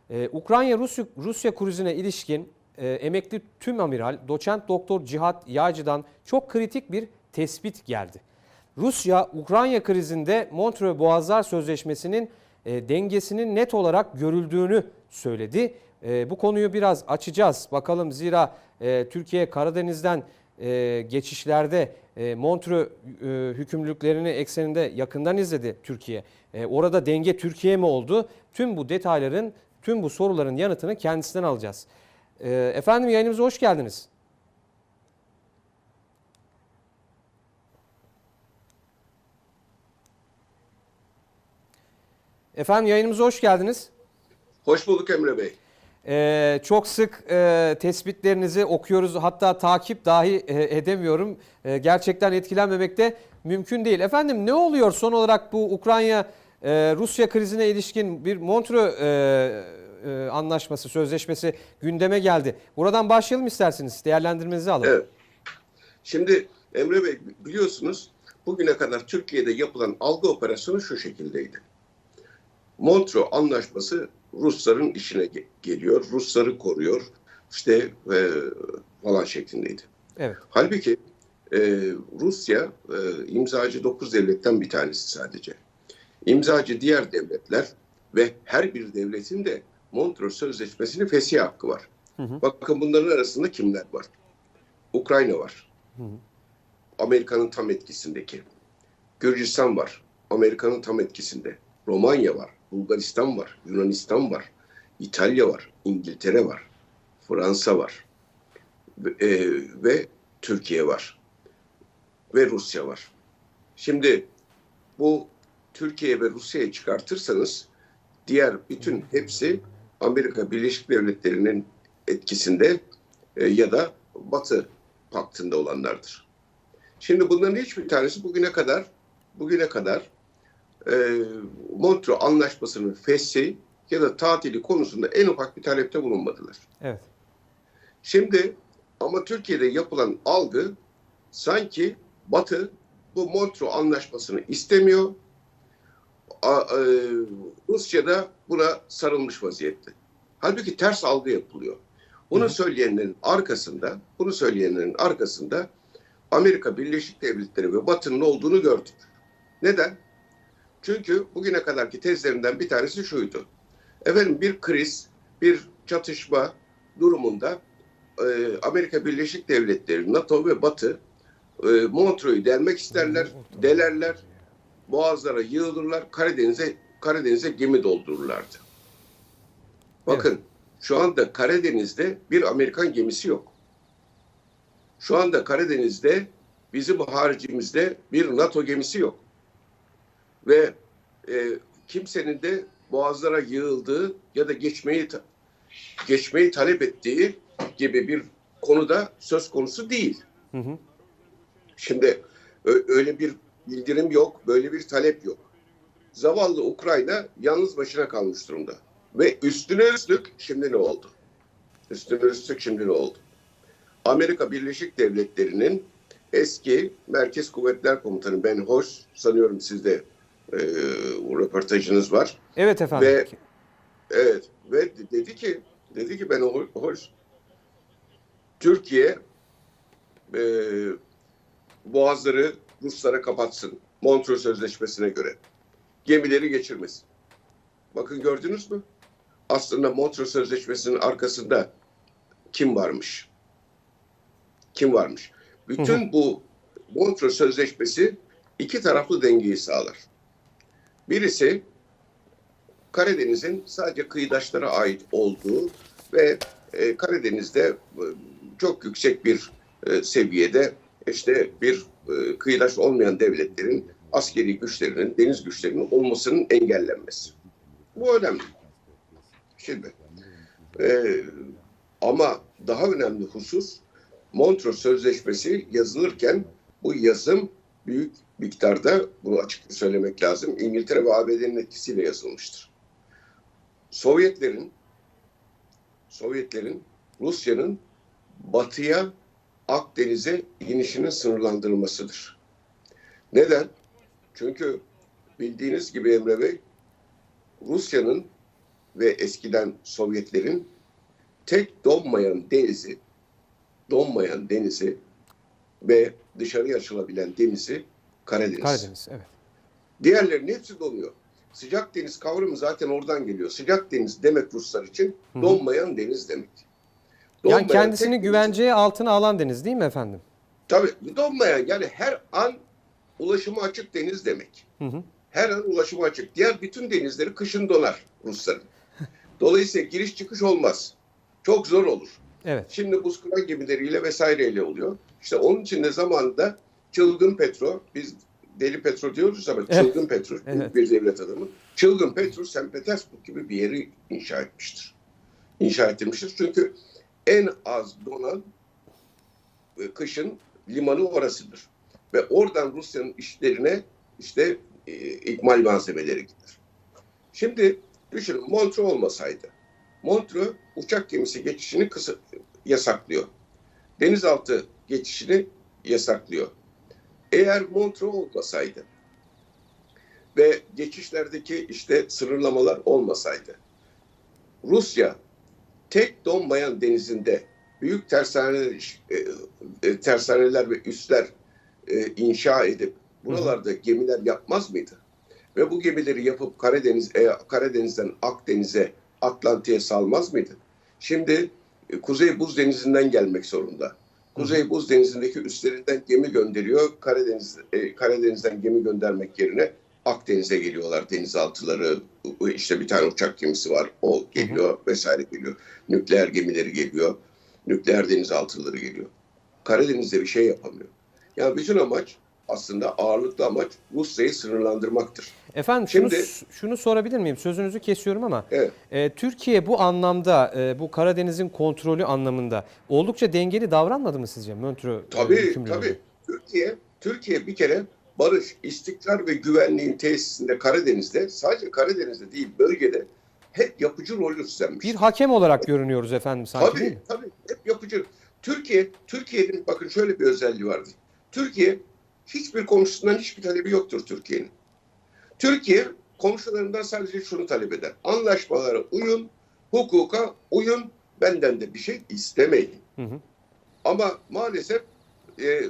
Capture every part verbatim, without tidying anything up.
Ee, Ukrayna-Rusya Rusya krizine ilişkin e, emekli tüm amiral doçent doktor Cihat Yağcı'dan çok kritik bir tespit geldi. Rusya, Ukrayna krizinde Montreux Boğazlar Sözleşmesi'nin e, dengesinin net olarak görüldüğünü söyledi. E, bu konuyu biraz açacağız. Bakalım zira e, Türkiye Karadeniz'den e, geçişlerde e, Montreux e, hükümlülüklerini ekseninde yakından izledi Türkiye. E, orada denge Türkiye mi oldu? Tüm bu detayların, tüm bu soruların yanıtını kendisinden alacağız. E, efendim yayınımıza hoş geldiniz. Efendim yayınımıza hoş geldiniz. Hoş bulduk Emre Bey. Ee, çok sık e, tespitlerinizi okuyoruz, hatta takip dahi e, edemiyorum. E, gerçekten etkilenmemek de mümkün değil. Efendim ne oluyor son olarak bu Ukrayna-Rusya e, krizine ilişkin bir Montreux e, e, anlaşması, sözleşmesi gündeme geldi. Buradan başlayalım isterseniz, değerlendirmenizi alalım. Evet. Şimdi Emre Bey biliyorsunuz bugüne kadar Türkiye'de yapılan algı operasyonu şu şekildeydi. Montreux Anlaşması Rusların işine ge- geliyor, Rusları koruyor, işte e, falan şeklindeydi. Evet. Halbuki e, Rusya e, imzacı dokuz devletten bir tanesi sadece. İmzacı diğer devletler ve her bir devletin de Montreux Sözleşmesi'nin fesih hakkı var. Hı hı. Bakın bunların arasında kimler var? Ukrayna var. Hı hı. Amerika'nın tam etkisindeki. Gürcistan var. Amerika'nın tam etkisinde. Romanya var. Bulgaristan var. Yunanistan var. İtalya var. İngiltere var. Fransa var. E, ve Türkiye var. Ve Rusya var. Şimdi bu Türkiye ve Rusya'yı çıkartırsanız diğer bütün hepsi Amerika Birleşik Devletleri'nin etkisinde e, ya da Batı paktında olanlardır. Şimdi bunların hiçbir tanesi bugüne kadar bugüne kadar e, Montreux Anlaşması'nın feshi ya da tatili konusunda en ufak bir talepte bulunmadılar. Evet. Şimdi ama Türkiye'de yapılan algı sanki Batı bu Montreux Anlaşması'nı istemiyor. A, e, Rusya da buna sarılmış vaziyette. Halbuki ters algı yapılıyor. Bunu Hı. söyleyenlerin arkasında, bunu söyleyenlerin arkasında Amerika Birleşik Devletleri ve Batı'nın olduğunu gördük. Neden? Çünkü bugüne kadarki tezlerinden bir tanesi şuydu. Efendim bir kriz, bir çatışma durumunda e, Amerika Birleşik Devletleri, NATO ve Batı e, Montreux'u delmek isterler, delerler, boğazlara yığılırlar, Karadeniz'e Karadeniz'e gemi doldururlardı. Bakın evet. Şu anda Karadeniz'de bir Amerikan gemisi yok. Şu anda Karadeniz'de bizim haricimizde bir NATO gemisi yok. Ve e, kimsenin de boğazlara yığıldığı ya da geçmeyi geçmeyi talep ettiği gibi bir konuda söz konusu değil. Hı hı. Şimdi öyle bir bildirim yok, böyle bir talep yok. Zavallı Ukrayna yalnız başına kalmış durumda. Ve üstüne üstlük şimdi ne oldu? Üstüne üstlük şimdi ne oldu? Amerika Birleşik Devletleri'nin eski Merkez Kuvvetler Komutanı Ben Hoş, sanıyorum sizde e, o röportajınız var. Evet efendim. Ve evet ve dedi ki dedi ki Ben Hoş, Türkiye e, boğazları Ruslara kapatsın. Montreux Sözleşmesi'ne göre. Gemileri geçirmesin. Bakın gördünüz mü? Aslında Montreux Sözleşmesi'nin arkasında kim varmış? Kim varmış? Bütün hı hı. bu Montreux Sözleşmesi iki taraflı dengeyi sağlar. Birisi Karadeniz'in sadece kıyıdaşlara ait olduğu ve e, Karadeniz'de e, çok yüksek bir e, seviyede işte bir e, kıyıdaş olmayan devletlerin askeri güçlerinin, deniz güçlerinin olmasının engellenmesi. Bu önemli. Şimdi e, ama daha önemli husus Montreux Sözleşmesi yazılırken bu yazım büyük miktarda, bunu açıkça söylemek lazım, İngiltere ve A B D'nin etkisiyle yazılmıştır. Sovyetlerin Sovyetlerin Rusya'nın batıya Akdeniz'e inişinin sınırlandırılmasıdır. Neden? Çünkü bildiğiniz gibi Emre Bey, Rusya'nın ve eskiden Sovyetlerin tek donmayan denizi, donmayan denizi ve dışarıya açılabilen denizi Karadeniz. Karadeniz, evet. Diğerlerinin hepsi donuyor. Sıcak deniz kavramı zaten oradan geliyor. Sıcak deniz demek Ruslar için donmayan deniz demek. Donmayan, yani kendisini tek güvenceye deniz, altına alan deniz değil mi efendim? Tabii donmayan, yani her an ulaşıma açık deniz demek. Hı hı. Her an ulaşıma açık. Diğer bütün denizleri kışın donar Rusların. Dolayısıyla giriş çıkış olmaz. Çok zor olur. Evet. Şimdi buz kıran gemileriyle vesaireyle oluyor. İşte onun için de zamanında Çılgın Petro, biz Deli Petro diyoruz ama evet. Çılgın Petro, evet. bir devlet adamı. Çılgın Petro, Sankt Petersburg gibi bir yeri inşa etmiştir. İnşa ettirmiştir. Çünkü en az donan kışın limanı orasıdır. Ve oradan Rusya'nın işlerine işte e, ikmal malzemeleri gider. Şimdi düşünün, Montreux olmasaydı. Montreux uçak gemisi geçişini kısa, yasaklıyor. Denizaltı geçişini yasaklıyor. Eğer Montreux olmasaydı ve geçişlerdeki işte sınırlamalar olmasaydı, Rusya tek donmayan denizinde büyük tersaneler, e, e, tersaneler ve üsler e, inşa edip buralarda gemiler yapmaz mıydı? Ve bu gemileri yapıp Karadeniz, e, Karadeniz'den Akdeniz'e, Atlantik'e salmaz mıydı? Şimdi e, Kuzey Buz Denizi'nden gelmek zorunda. Kuzey Buz Denizi'ndeki üstlerinden gemi gönderiyor. Karadeniz, e, Karadeniz'den gemi göndermek yerine Akdeniz'e geliyorlar denizaltıları. İşte bir tane uçak gemisi var, o geliyor, hı hı. vesaire geliyor. Nükleer gemileri geliyor. Nükleer denizaltıları geliyor. Karadeniz'de bir şey yapamıyor. Yani bütün amaç, aslında ağırlıklı amaç Rusya'yı sınırlandırmaktır. Efendim Şimdi, şunu, şunu sorabilir miyim? Sözünüzü kesiyorum ama evet. e, Türkiye bu anlamda, e, bu Karadeniz'in kontrolü anlamında oldukça dengeli davranmadı mı sizce Montreux Tabii, tabii. Türkiye, Türkiye bir kere barış, istikrar ve güvenliğin tesisinde Karadeniz'de, sadece Karadeniz'de değil bölgede hep yapıcı rol üstlenmiş. Bir hakem olarak görünüyoruz efendim sanki, tabii, değil mi? Tabii, hep yapıcı. Türkiye, Türkiye'nin bakın şöyle bir özelliği vardır. Türkiye hiçbir komşusundan hiçbir talebi yoktur Türkiye'nin. Türkiye komşularından sadece şunu talep eder: anlaşmalara uyun, hukuka uyun, benden de bir şey istemeyin. Hı hı. Ama maalesef e,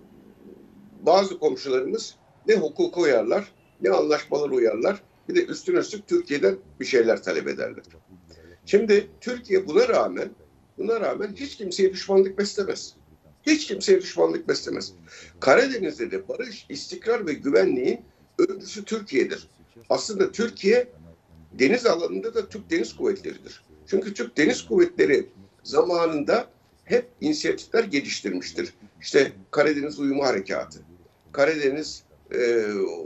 bazı komşularımız ne hukuka uyarlar, ne anlaşmalara uyarlar, bir de üstüne üstlük Türkiye'den bir şeyler talep ederler. Şimdi Türkiye buna rağmen, buna rağmen hiç kimseye düşmanlık beslemez. Hiç kimseye düşmanlık beslemez. Karadeniz'de de barış, istikrar ve güvenliğin öncüsü Türkiye'dir. Aslında Türkiye deniz alanında da Türk Deniz Kuvvetleri'dir. Çünkü Türk Deniz Kuvvetleri zamanında hep inisiyatifler geliştirmiştir. İşte Karadeniz Uyumu Harekatı, Karadeniz e,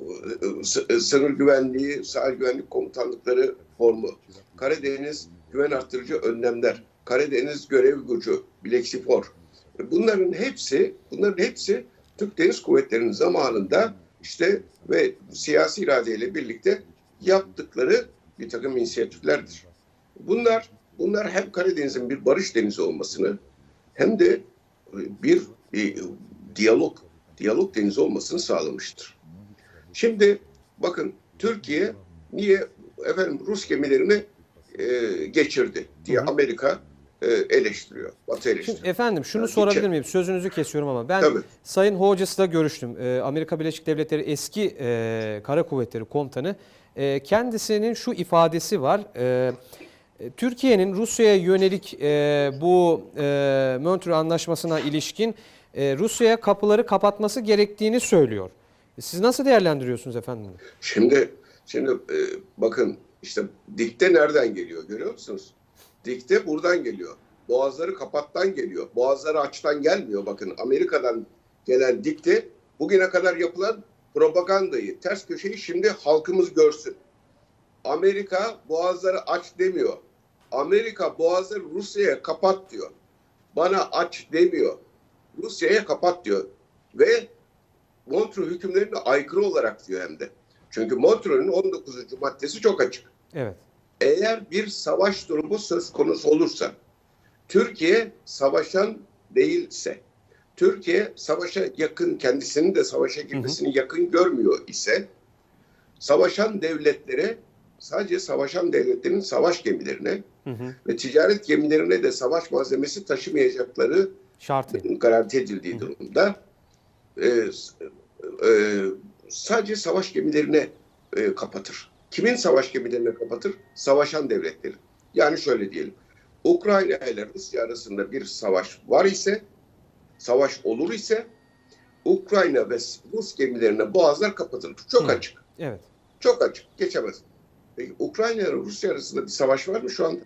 Sınır Güvenliği, Sahil Güvenlik Komutanlıkları formu, Karadeniz Güven Arttırıcı Önlemler, Karadeniz Görev Gücü, Bileksifor. Bunların hepsi, bunların hepsi Türk Deniz Kuvvetleri'nin zamanında işte ve siyasi iradeyle birlikte yaptıkları bir takım inisiyatiflerdir. Bunlar, bunlar hem Karadeniz'in bir barış denizi olmasını hem de bir, bir diyalog, diyalog denizi olmasını sağlamıştır. Şimdi bakın, Türkiye niye efendim Rus gemilerini e, geçirdi diye Amerika e, eleştiriyor, Batı eleştiriyor. Şimdi efendim şunu yani sorabilir miyim? Sözünüzü kesiyorum ama ben Tabii. Sayın Hodges'la görüştüm. E, Amerika Birleşik Devletleri eski e, Kara Kuvvetleri Komutanı. E, kendisinin şu ifadesi var. E, Türkiye'nin Rusya'ya yönelik e, bu e, Montreux Anlaşması'na ilişkin e, Rusya'ya kapıları kapatması gerektiğini söylüyor. Siz nasıl değerlendiriyorsunuz efendim? Şimdi şimdi e, bakın işte dikte nereden geliyor görüyor musunuz? Dikte buradan geliyor. Boğazları kapattan geliyor. Boğazları açtan gelmiyor. Bakın, Amerika'dan gelen dikte bugüne kadar yapılan propagandayı, ters köşeyi şimdi halkımız görsün. Amerika boğazları aç demiyor. Amerika boğazları Rusya'ya kapat diyor. Bana aç demiyor. Rusya'ya kapat diyor. Ve Montreux hükümlerine aykırı olarak diyor hem de. Çünkü Montreux'un on dokuzuncu maddesi çok açık. Evet. Eğer bir savaş durumu söz konusu olursa, Türkiye savaşan değilse, Türkiye savaşa yakın, kendisinin de savaşa girmesini hı hı. yakın görmüyor ise, savaşan devletlere sadece savaşan devletlerin savaş gemilerine Hı hı. ve ticaret gemilerine de savaş malzemesi taşımayacakları Şartıyla. garanti edildiği durumda e, e, sadece savaş gemilerine e, kapatır. Kimin savaş gemilerine kapatır? Savaşan devletlerin. Yani şöyle diyelim. Ukrayna ile Rusya arasında bir savaş var ise, savaş olur ise Ukrayna ve Rus gemilerine boğazlar kapatılır. Çok Hı. açık. Evet. Çok açık. Geçemez. Peki Ukrayna ile Rusya arasında bir savaş var mı şu anda?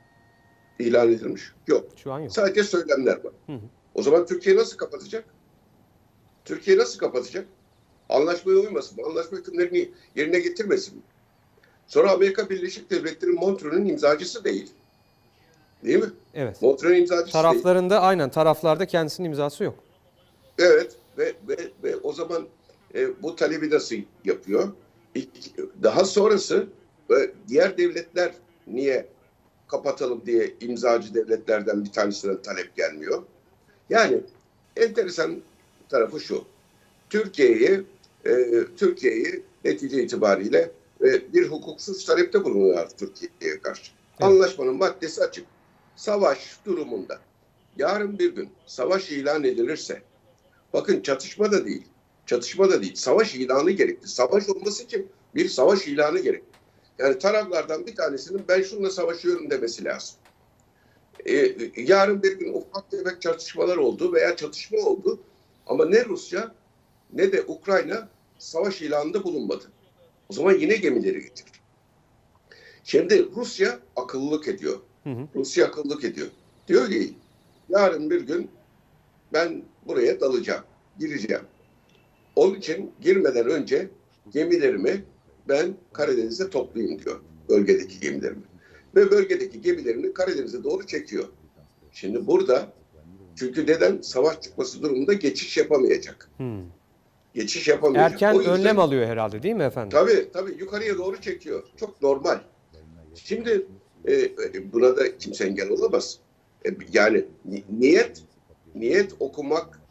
İlan edilmiş. Yok. Şu an yok. Sadece söylemler var. Hı hı. O zaman Türkiye nasıl kapatacak? Türkiye nasıl kapatacak? Anlaşmaya uymasın mı? Anlaşma hükümlerini yerine getirmesin mi? Sonra Amerika Birleşik Devletleri Montreux'un imzacısı değil. Değil mi? Evet. Montreux'un imzacısı değil. Taraflarında aynen taraflarda kendisinin imzası yok. Evet ve, ve, ve o zaman e, bu talebi nasıl yapıyor? İlk, daha sonrası e, diğer devletler niye kapatalım diye imzacı devletlerden bir tanesinden talep gelmiyor. Yani enteresan tarafı şu. Türkiye'yi e, Türkiye'yi netice itibariyle e, bir hukuksuz talepte bulunuyor Türkiye'ye karşı. Evet. Anlaşmanın maddesi açık. Savaş durumunda yarın bir gün savaş ilan edilirse, bakın çatışma da değil, çatışma da değil, savaş ilanı gerekli. Savaş olması için bir savaş ilanı gerekli. Yani taraflardan bir tanesinin ben şununla savaşıyorum demesi lazım. Ee, yarın bir gün ufak tefek çatışmalar oldu veya çatışma oldu ama ne Rusya ne de Ukrayna savaş ilanında bulunmadı. O zaman yine gemileri getirir. Şimdi Rusya akıllılık ediyor. Hı hı. Rusya akıllılık ediyor. Diyor ki yarın bir gün ben buraya dalacağım, gireceğim. Onun için girmeden önce gemilerimi ben Karadeniz'e toplayayım diyor. Bölgedeki gemilerimi. Ve bölgedeki gemilerini Karadeniz'e doğru çekiyor. Şimdi burada çünkü neden? Savaş çıkması durumunda geçiş yapamayacak. Hmm. Geçiş yapamayacak. Erken yüzden, önlem alıyor herhalde değil mi efendim? Tabii tabii yukarıya doğru çekiyor. Çok normal. Şimdi e, buna da kimse engel olamaz. E, yani niyet niyet okumak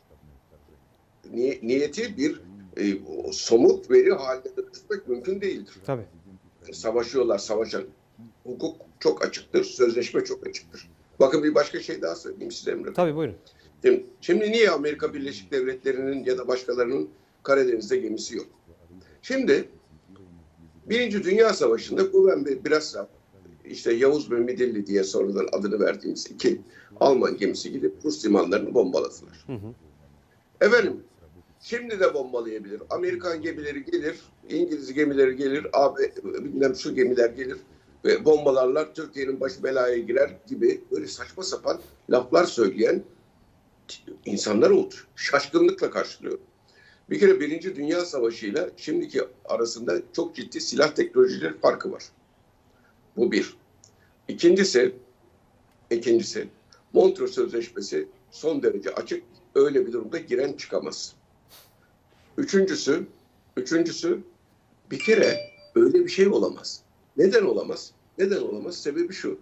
ni, niyeti bir e, somut veri haline dönüştürmek mümkün değildir. Tabii. Savaşıyorlar, savaşan. Hukuk çok açıktır, sözleşme çok açıktır. Bakın bir başka şey daha söyleyeyim size Emre. Tabii buyurun. Şimdi, şimdi niye Amerika Birleşik Devletleri'nin ya da başkalarının Karadeniz'de gemisi yok? Şimdi Birinci Dünya Savaşı'nda bu ben biraz işte Yavuz ve Midilli diye sonradan adını verdiğimiz iki Alman gemisi gidip Rus limanlarını bombaladılar. Hı hı. Efendim şimdi de bombalayabilir. Amerikan gemileri gelir, İngiliz gemileri gelir, A B bilmem şu gemiler gelir ve bombalarlar, Türkiye'nin başı belaya girer gibi böyle saçma sapan laflar söyleyen insanlar oldu. Şaşkınlıkla karşılıyorum. Bir kere Birinci Dünya Savaşı ile şimdiki arasında çok ciddi silah teknolojileri farkı var. Bu bir. İkincisi, ikincisi Montreux Sözleşmesi son derece açık. Öyle bir durumda giren çıkamaz. Üçüncüsü, üçüncüsü bir kere öyle bir şey olamaz. Neden olamaz? Neden olamaz? Sebebi şu.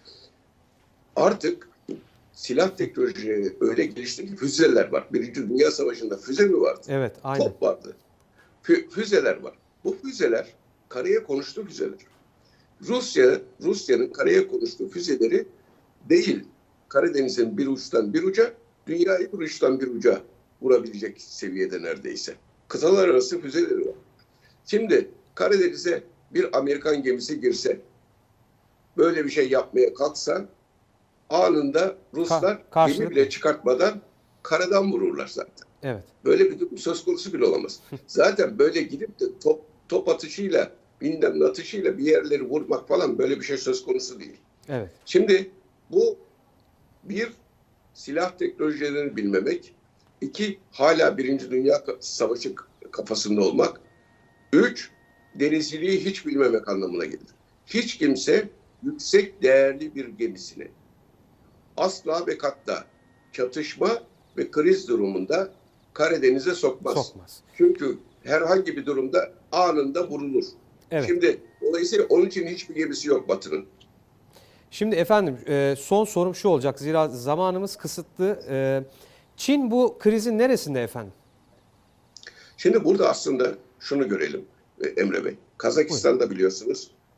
Artık silah teknolojileri öyle gelişti ki füzeler var. Birinci Dünya Savaşı'nda füze mi vardı? Evet, aynen. Top vardı. Fü- füzeler var. Bu füzeler karaya konuştu füzeler. Rusya, Rusya'nın karaya konuştuğu füzeleri değil, Karadeniz'in bir uçtan bir uca, dünyayı bir uçtan bir uca vurabilecek seviyede neredeyse. Kıtalar arası füzeleri var. Şimdi Karadeniz'e bir Amerikan gemisi girse, böyle bir şey yapmaya kalksa, anında Ruslar Ka- gemi bile çıkartmadan karadan vururlar zaten. Evet. Böyle bir durum söz konusu bile olamaz. Zaten böyle gidip de top, top atışıyla, bilmem atışıyla bir yerleri vurmak falan böyle bir şey söz konusu değil. Evet. Şimdi bu bir, silah teknolojilerini bilmemek. İki, hala Birinci Dünya Savaşı kafasında olmak. Üç, denizciliği hiç bilmemek anlamına gelir. Hiç kimse yüksek değerli bir gemisini asla ve katta çatışma ve kriz durumunda Karadeniz'e sokmaz. Sokmaz. Çünkü herhangi bir durumda anında vurulur. Evet. Şimdi dolayısıyla onun için hiçbir gemisi yok Batı'nın. Şimdi efendim son sorum şu olacak. Zira zamanımız kısıtlı. Çin bu krizin neresinde efendim? Şimdi burada aslında şunu görelim Emre Bey. Kazakistan'da biliyorsunuz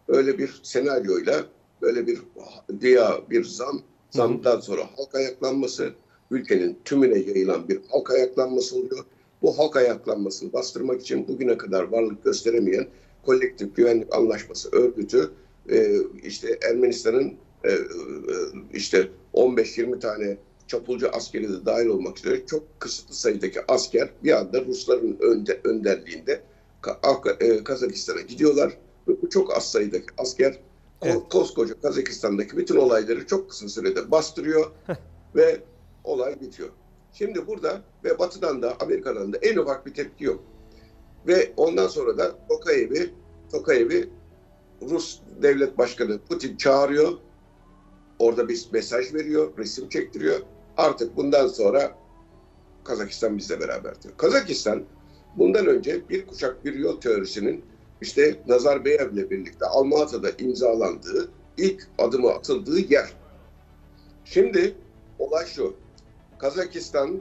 öyle bir senaryoyla böyle bir diya bir zam, zamdan sonra halk ayaklanması, ülkenin tümüne yayılan bir halk ayaklanması oluyor. Bu halk ayaklanmasını bastırmak için bugüne kadar varlık gösteremeyen Kolektif Güvenlik Anlaşması örgütü e, işte Ermenistan'ın e, e, işte on beş yirmi tane çapulcu askeri de dahil olmak üzere çok kısıtlı sayıdaki asker bir anda Rusların önde, önderliğinde Kazakistan'a gidiyorlar. Ve bu çok az sayıdaki asker evet. koskoca Kazakistan'daki bütün olayları çok kısa sürede bastırıyor ve olay bitiyor. Şimdi burada ve Batı'dan da Amerika'dan da en ufak bir tepki yok. Ve ondan sonra da Tokayev'i Tokayev'i Rus devlet başkanı Putin çağırıyor. Orada bir mesaj veriyor, resim çektiriyor. Artık bundan sonra Kazakistan bizle beraber diyor. Kazakistan bundan önce bir kuşak bir yol teorisinin işte Nazarbayev'le birlikte Almata'da imzalandığı ilk adımı atıldığı yer. Şimdi olay şu. Kazakistan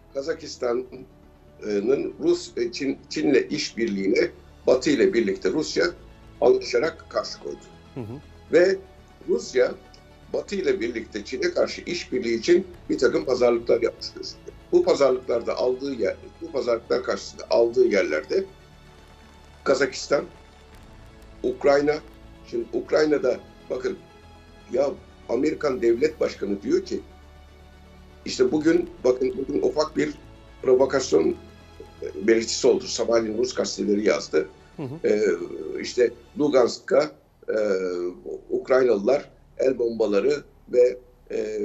Kazakistan'ın Rus Çin Çin'le işbirliğine Batı ile birlikte Rusya anlaşarak karşı koydu. Hı hı. Ve Rusya Batı ile birlikte Çin'e karşı işbirliği için bir takım pazarlıklar yapmış gözüküyor. Bu pazarlıklarda aldığı yer, bu pazarlıklar karşısında aldığı yerlerde Kazakistan, Ukrayna, şimdi Ukrayna'da bakın ya Amerikan devlet başkanı diyor ki işte bugün bakın bugün ufak bir provokasyon belirtisi oldu. Sabahleyin Rus gazeteleri yazdı. Hı hı. Ee, işte Lugansk'a e, Ukraynalılar el bombaları ve e,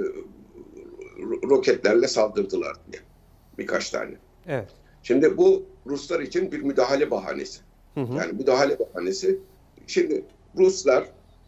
roketlerle saldırdılar diye. Birkaç tane. Evet. Şimdi bu Ruslar için bir müdahale bahanesi. Hı hı. Yani müdahale bahanesi. Şimdi Ruslar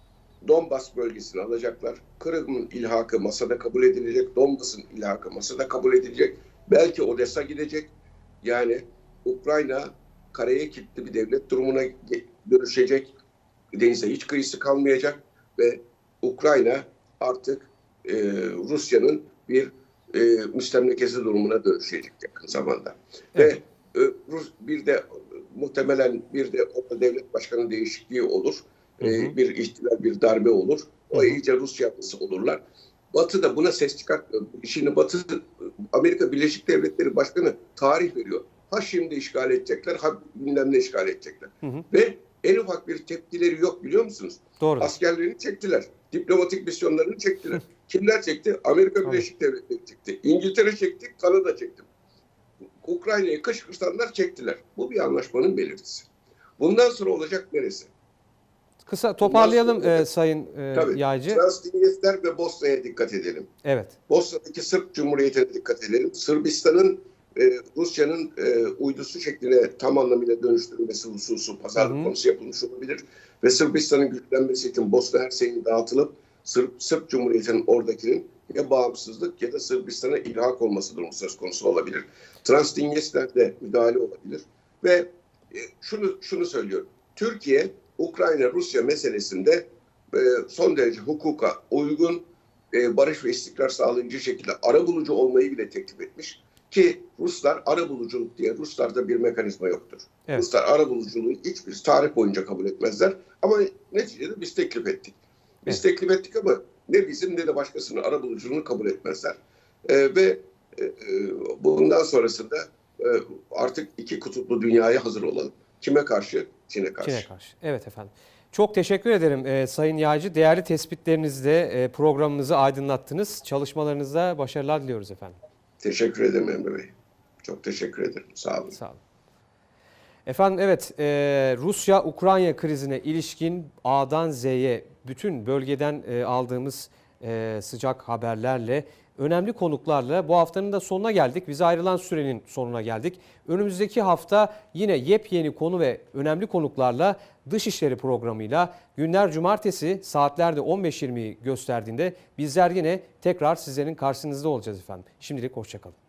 Donbas bölgesini alacaklar. Kırım'ın ilhakı masada kabul edilecek. Donbas'ın ilhakı masada kabul edilecek. Belki Odessa gidecek. Yani Ukrayna karaya kilitli bir devlet durumuna dönüşecek. Denize hiç kıyısı kalmayacak ve Ukrayna artık e, Rusya'nın bir e, müstemlekesi durumuna dönüşecek yakın zamanda. Evet. Ve e, Rus, bir de muhtemelen bir de orada devlet başkanı değişikliği olur. Hı hı. E, bir ihtilal, bir darbe olur. O hı hı. iyice Rus yapısı olurlar. Batı da buna ses çıkartmıyor. Şimdi Batı, Amerika Birleşik Devletleri Başkanı tarih veriyor. Ha şimdi işgal edecekler, ha bilmem ne işgal edecekler. Hı hı. Ve en ufak bir tepkileri yok biliyor musunuz? Doğru. Askerlerini çektiler. Diplomatik misyonlarını çektiler. Kimler çekti? Amerika Birleşik Devletleri çekti. İngiltere çekti, Kanada çekti. Ukrayna'yı kışkırtanlar çektiler. Bu bir anlaşmanın belirtisi. Bundan sonra olacak neresi? Kısa toparlayalım sonra, e, Sayın e, tabii, Yağcı. Transdinyester ve Bosna'ya dikkat edelim. Evet. Bosna'daki Sırp Cumhuriyeti'ne dikkat edelim. Sırbistan'ın e, Rusya'nın e, uydusu şekline tam anlamıyla dönüştürülmesi hususu pazarlık Hı-hı. konusu yapılmış olabilir. Ve Sırbistan'ın güçlenmesi için Bosna Hersek'in dağıtılıp Sırp, Sırp Cumhuriyeti'nin oradakinin ya bağımsızlık ya da Sırbistan'a ilhak olması durumu söz konusu olabilir. Transdinyester'de müdahale olabilir. Ve e, şunu şunu söylüyorum. Türkiye Ukrayna-Rusya meselesinde e, son derece hukuka uygun, e, barış ve istikrar sağlayıcı şekilde arabulucu olmayı bile teklif etmiş. Ki Ruslar arabuluculuk diye, Ruslarda bir mekanizma yoktur. Evet. Ruslar arabuluculuğu hiçbir tarih boyunca kabul etmezler. Ama neticede biz teklif ettik. Biz evet. teklif ettik ama ne bizim ne de başkasının arabuluculuğunu kabul etmezler. E, ve e, bundan sonrasında e, artık iki kutuplu dünyaya hazır olalım. Kime karşı? Çin'e karşı. Çin'e karşı. Evet efendim. Çok teşekkür ederim e, Sayın Yağcı. Değerli tespitlerinizle e, programımızı aydınlattınız. Çalışmalarınızda başarılar diliyoruz efendim. Teşekkür ederim Emre Bey. Çok teşekkür ederim. Sağ olun. Sağ olun. Efendim evet, e, Rusya-Ukrayna krizine ilişkin A'dan Z'ye bütün bölgeden e, aldığımız e, sıcak haberlerle, önemli konuklarla bu haftanın da sonuna geldik. Bize ayrılan sürenin sonuna geldik. Önümüzdeki hafta yine yepyeni konu ve önemli konuklarla Dışişleri programıyla günler cumartesi saatlerde on beş yirmiyi gösterdiğinde bizler yine tekrar sizlerin karşınızda olacağız efendim. Şimdilik hoşça kalın.